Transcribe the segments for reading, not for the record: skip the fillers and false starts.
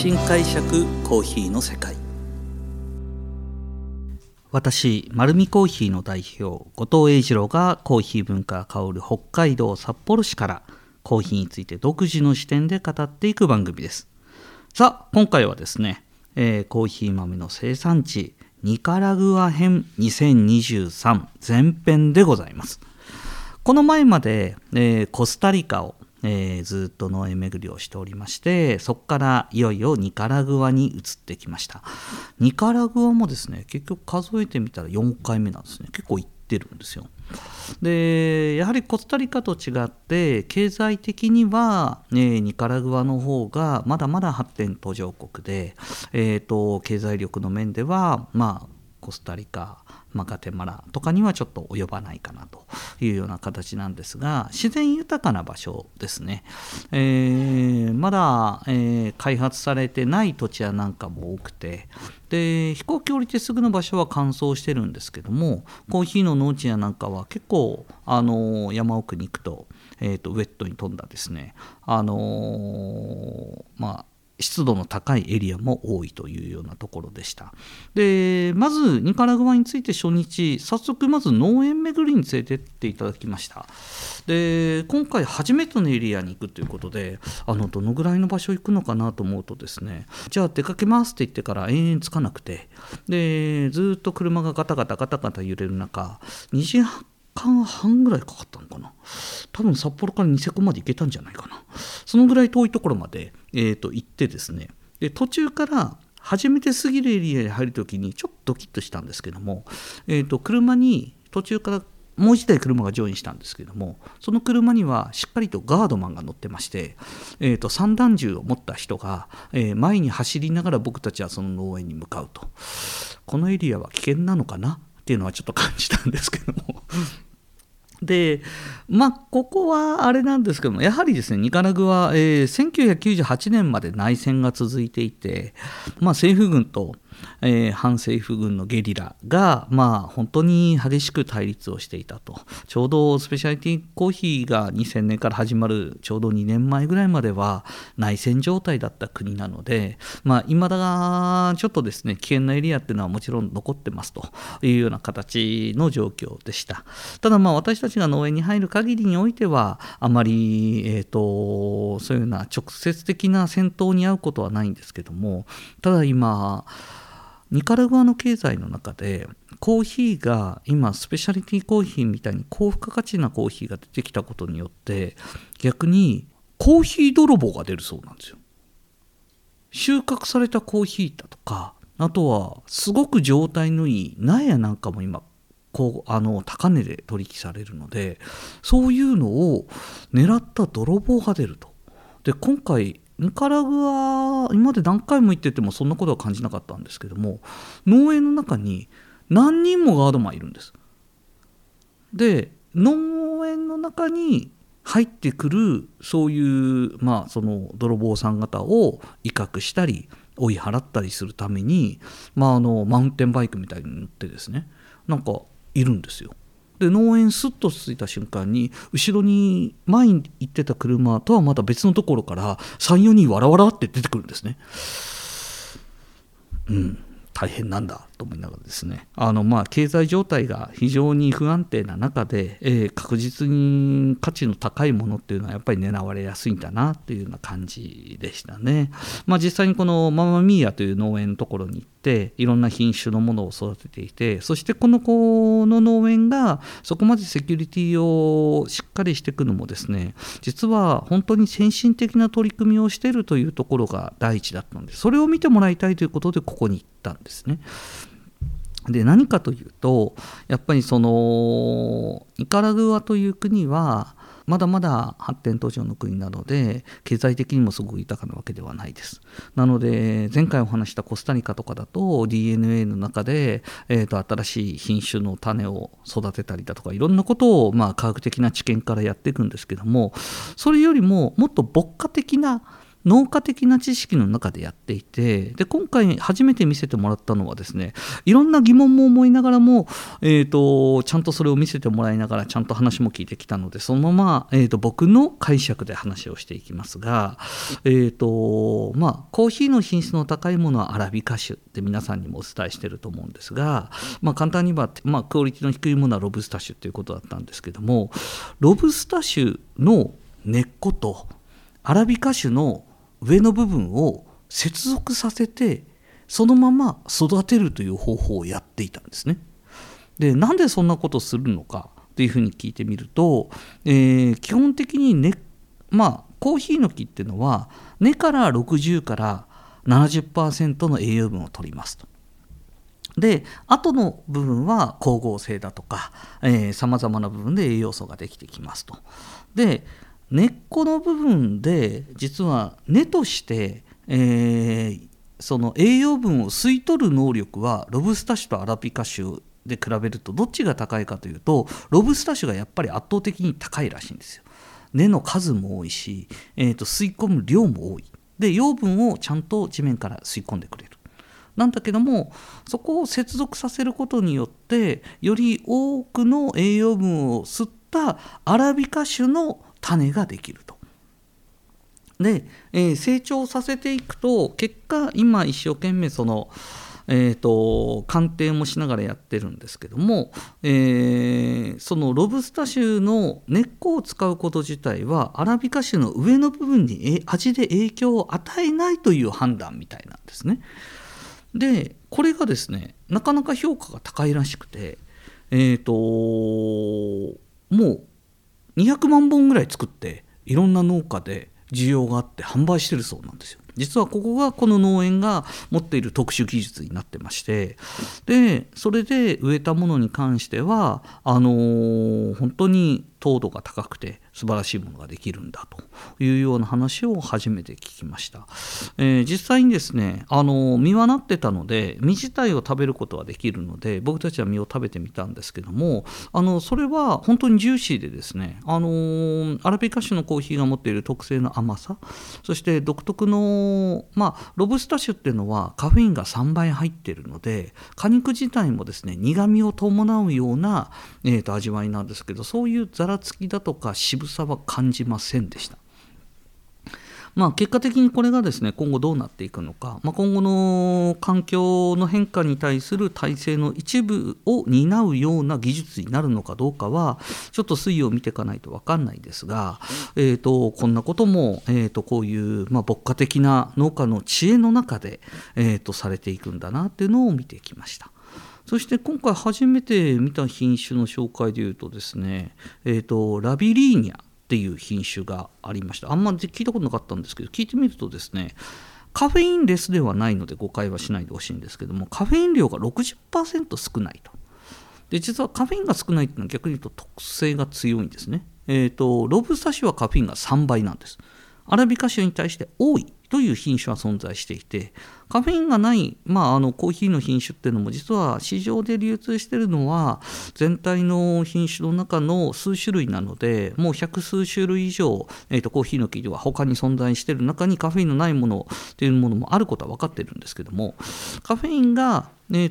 新解釈コーヒーの世界。私、丸見コーヒーの代表後藤英二郎がコーヒー文化が香る北海道札幌市からコーヒーについて独自の視点で語っていく番組です。さあ、今回はですね、コーヒー豆の生産地ニカラグア編2023前編でございます。この前まで、コスタリカをずっと農園巡りをしておりまして、そこからいよいよニカラグアに移ってきました。ニカラグアもですね、結局数えてみたら4回目なんですね。結構行ってるんですよ。でやはりコスタリカと違って経済的には、ニカラグアの方がまだまだ発展途上国で、経済力の面では、コスタリカ、ガテマラとかにはちょっと及ばないかなというような形なんですが、自然豊かな場所ですね。まだ、開発されてない土地やなんかも多くて、で飛行機降りてすぐの場所は乾燥してるんですけども、コーヒーの農地やなんかは結構山奥に行くと、ウェットに富んだですね、湿度の高いエリアも多いというようなところでした。でまずニカラグアについて初日、早速まず農園巡りに連れてっていただきました。で今回初めてのエリアに行くということで、どのぐらいの場所行くのかなと思うとですね、じゃあ出かけますって言ってから延々つかなくて、でずっと車がガタガタガタガタ揺れる中、2時間半ぐらいかかったのかな。多分札幌からニセコまで行けたんじゃないかな。そのぐらい遠いところまで、行ってですね、で途中から初めて過ぎるエリアに入るときにちょっとドキッとしたんですけども、車に途中からもう一台車がジョインしたんですけども、その車にはしっかりとガードマンが乗ってまして、散弾銃を持った人が、前に走りながら僕たちはその農園に向かうと。このエリアは危険なのかなっていうのはちょっと感じたんですけどもでここはあれなんですけども、やはりですね、ニカラグア、1998年まで内戦が続いていて、政府軍と、反政府軍のゲリラが、本当に激しく対立をしていたと。ちょうどスペシャリティコーヒーが2000年から始まるちょうど2年前ぐらいまでは内戦状態だった国なので、未だちょっとですね、危険なエリアっていうのはもちろん残ってますというような形の状況でした。ただ私たちが農園に入る限りにおいてはあまり、そういうような直接的な戦闘に遭うことはないんですけども、ただ今ニカラグアの経済の中でコーヒーが今スペシャリティコーヒーみたいに高付加価値なコーヒーが出てきたことによって、逆にコーヒー泥棒が出るそうなんですよ。収穫されたコーヒーだとか、あとはすごく状態のいい苗やなんかも今高値で取引されるので、そういうのを狙った泥棒が出ると。で今回ニカラグア、今まで何回も行っててもそんなことは感じなかったんですけども、農園の中に何人もガードマンいるんです。で農園の中に入ってくるそういう、その泥棒さん方を威嚇したり追い払ったりするために、マウンテンバイクみたいに乗ってですね、なんかいるんですよ。で農園スッと着いた瞬間に、後ろに前に行ってた車とはまた別のところから3、4人わらわらって出てくるんですね。大変なんだと思いながらですね、経済状態が非常に不安定な中で、確実に価値の高いものっていうのはやっぱり狙われやすいんだなっていうような感じでしたね。実際にこのママミーヤという農園のところに行っていろんな品種のものを育てていて、そしてこの子の農園がそこまでセキュリティをしっかりしていくのもですね、実は本当に先進的な取り組みをしているというところが第一だったので、それを見てもらいたいということでここに行ったんですね。で何かというと、やっぱりそのニカラグアという国はまだまだ発展途上の国なので、経済的にもすごく豊かなわけではないです。なので前回お話したコスタリカとかだと DNA の中で、新しい品種の種を育てたりだとか、いろんなことを科学的な知見からやっていくんですけども、それよりももっと牧歌的な農家的な知識の中でやっていて、で今回初めて見せてもらったのはですね、いろんな疑問も思いながらも、ちゃんとそれを見せてもらいながらちゃんと話も聞いてきたので、そのまま、僕の解釈で話をしていきますが、コーヒーの品質の高いものはアラビカ種って皆さんにもお伝えしていると思うんですが、簡単に言えば、クオリティの低いものはロブスタ種ということだったんですけども、ロブスタ種の根っことアラビカ種の上の部分を接続させてそのまま育てるという方法をやっていたんですね。で、なんでそんなことをするのかっていうふうに聞いてみると、基本的にコーヒーの木っていうのは根から60から70% の栄養分を取りますと。で、後の部分は光合成だとかさまざまな部分で栄養素ができてきますと。で、根っこの部分で実は根として、その栄養分を吸い取る能力はロブスタ種とアラビカ種で比べるとどっちが高いかというと、ロブスタ種がやっぱり圧倒的に高いらしいんですよ。根の数も多いし、吸い込む量も多い。で、養分をちゃんと地面から吸い込んでくれる。なんだけども、そこを接続させることによってより多くの栄養分を吸ったアラビカ種の種ができると。で、成長させていくと結果今一生懸命その、鑑定もしながらやってるんですけども、そのロブスタ種の根っこを使うこと自体はアラビカ種の上の部分に味で影響を与えないという判断みたいなんですね。で、これがですね、なかなか評価が高いらしくて、もう200万本ぐらい作っていろんな農家で需要があって販売してるそうなんですよ。実はここがこの農園が持っている特殊技術になってまして、でそれで植えたものに関しては本当に糖度が高くて素晴らしいものができるんだというような話を初めて聞きました。実際にですね、実はなってたので実自体を食べることはできるので僕たちは実を食べてみたんですけども、それは本当にジューシーでですね、アラビカ種のコーヒーが持っている特性の甘さ、そして独特のロブスタ種っていうのはカフェインが3倍入っているので果肉自体もですね苦みを伴うような、味わいなんですけど、そういうざらつきだとか渋さは感じませんでした。結果的にこれがですね今後どうなっていくのか、今後の環境の変化に対する体制の一部を担うような技術になるのかどうかはちょっと推移を見ていかないと分かんないですが、こんなことも、こういう牧歌的な農家の知恵の中で、されていくんだなっていうのを見てきました。そして今回初めて見た品種の紹介でいうとですね、ラビリーニャっていう品種がありました。あんまり聞いたことなかったんですけど、聞いてみるとですね、カフェインレスではないので誤解はしないでほしいんですけども、カフェイン量が 60% 少ないと。で、実はカフェインが少ないっていうのは逆に言うと特性が強いんですね。ロブスタ種はカフェインが3倍なんです。アラビカ種に対して多いという品種は存在していて、カフェインがない、コーヒーの品種っていうのも実は市場で流通しているのは全体の品種の中の数種類なので、もう百数種類以上、コーヒーの木では他に存在している中にカフェインのないものっていうものもあることは分かっているんですけども、カフェインが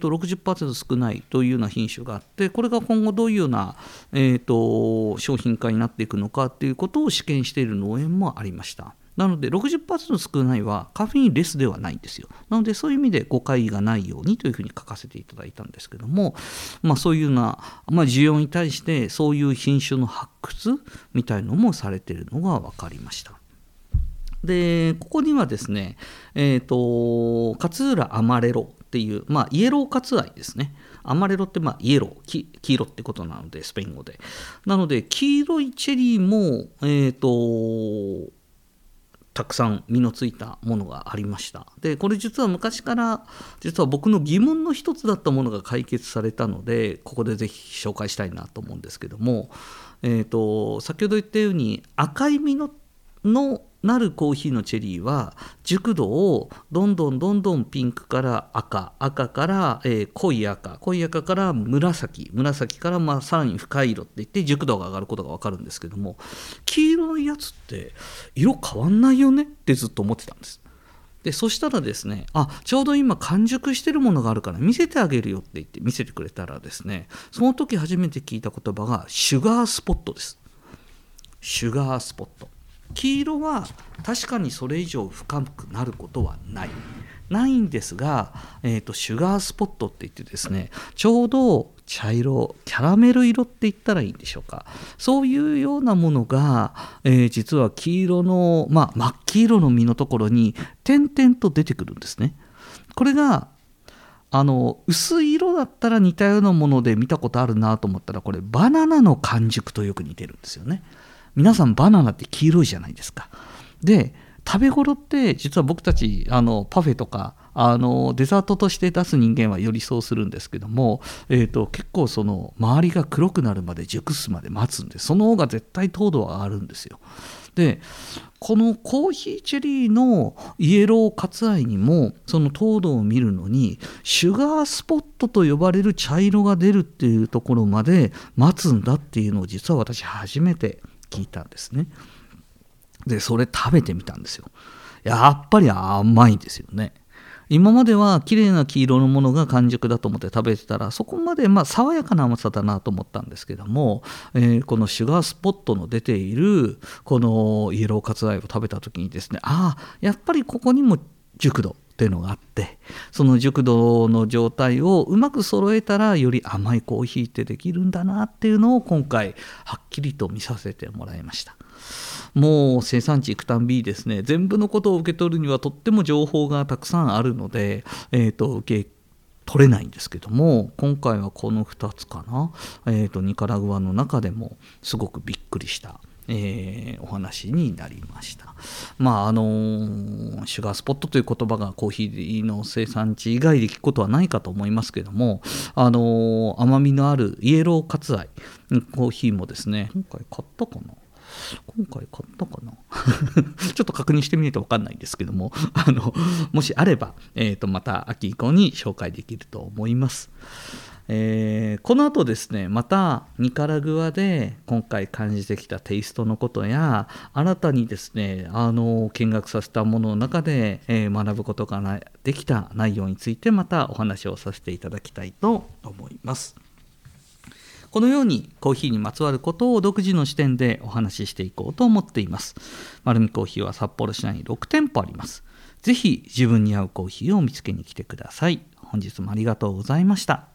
60% 少ないというような品種があって、これが今後どういうような、商品化になっていくのかということを試験している農園もありました。なので 60% 少ないはカフェインレスではないんですよ。なのでそういう意味で誤解がないようにというふうに書かせていただいたんですけども、そういうような、需要に対してそういう品種の発掘みたいのもされているのが分かりました。で、ここにはですね、勝浦アマレロっていう、イエローカツアイですね。アマレロってイエロー、黄色ってことなのでスペイン語で。なので黄色いチェリーも、たくさん実のついたものがありました。で、これ実は昔から実は僕の疑問の一つだったものが解決されたので、ここでぜひ紹介したいなと思うんですけども、先ほど言ったように赤い実のなるコーヒーのチェリーは熟度をどんどんピンクから赤から、濃い赤から紫からさらに深い色っていって熟度が上がることが分かるんですけども、黄色いやつって色変わんないよねってずっと思ってたんです。でそしたらですね、ちょうど今完熟してるものがあるから見せてあげるよって言って見せてくれたらですね、その時初めて聞いた言葉がシュガースポットです。シュガースポット。黄色は確かにそれ以上深くなることはないんですが、シュガースポットって言ってですね、ちょうど茶色キャラメル色って言ったらいいんでしょうか、そういうようなものが、実は黄色の、真っ黄色の実のところに点々と出てくるんですね。これが薄い色だったら似たようなもので見たことあるなと思ったら、これバナナの完熟とよく似てるんですよね。皆さんバナナって黄色いじゃないですか。で食べ頃って実は僕たちパフェとかデザートとして出す人間はよりそうするんですけども、結構その周りが黒くなるまで熟すまで待つんで、その方が絶対糖度は上がるんですよ。でこのコーヒーチェリーのイエローカツアイにもその糖度を見るのにシュガースポットと呼ばれる茶色が出るっていうところまで待つんだっていうのを実は私初めて聞いたんですね。でそれ食べてみたんですよ。やっぱり甘いんですよね。今までは綺麗な黄色のものが完熟だと思って食べてたら、そこまで爽やかな甘さだなと思ったんですけども、このシュガースポットの出ているこのイエローカツアイを食べた時にですね、やっぱりここにも熟度っていうのがあって、その熟度の状態をうまく揃えたらより甘いコーヒーってできるんだなっていうのを今回はっきりと見させてもらいました。もう生産地行くたんびですね、全部のことを受け取るにはとっても情報がたくさんあるので、受け取れないんですけども、今回はこの2つかな、ニカラグアの中でもすごくびっくりしたお話になりました。シュガースポットという言葉がコーヒーの生産地以外で聞くことはないかと思いますけども、甘みのあるイエローカツアイコーヒーもですね、今回買ったかなちょっと確認してみないと分かんないんですけども、もしあれば、また秋以降に紹介できると思います。この後ですね、またニカラグアで今回感じてきたテイストのことや、新たにですね見学させたものの中で、学ぶことができた内容についてまたお話をさせていただきたいと思います。このようにコーヒーにまつわることを独自の視点でお話ししていこうと思っています。丸見コーヒーは札幌市内に6店舗あります。ぜひ自分に合うコーヒーを見つけに来てください。本日もありがとうございました。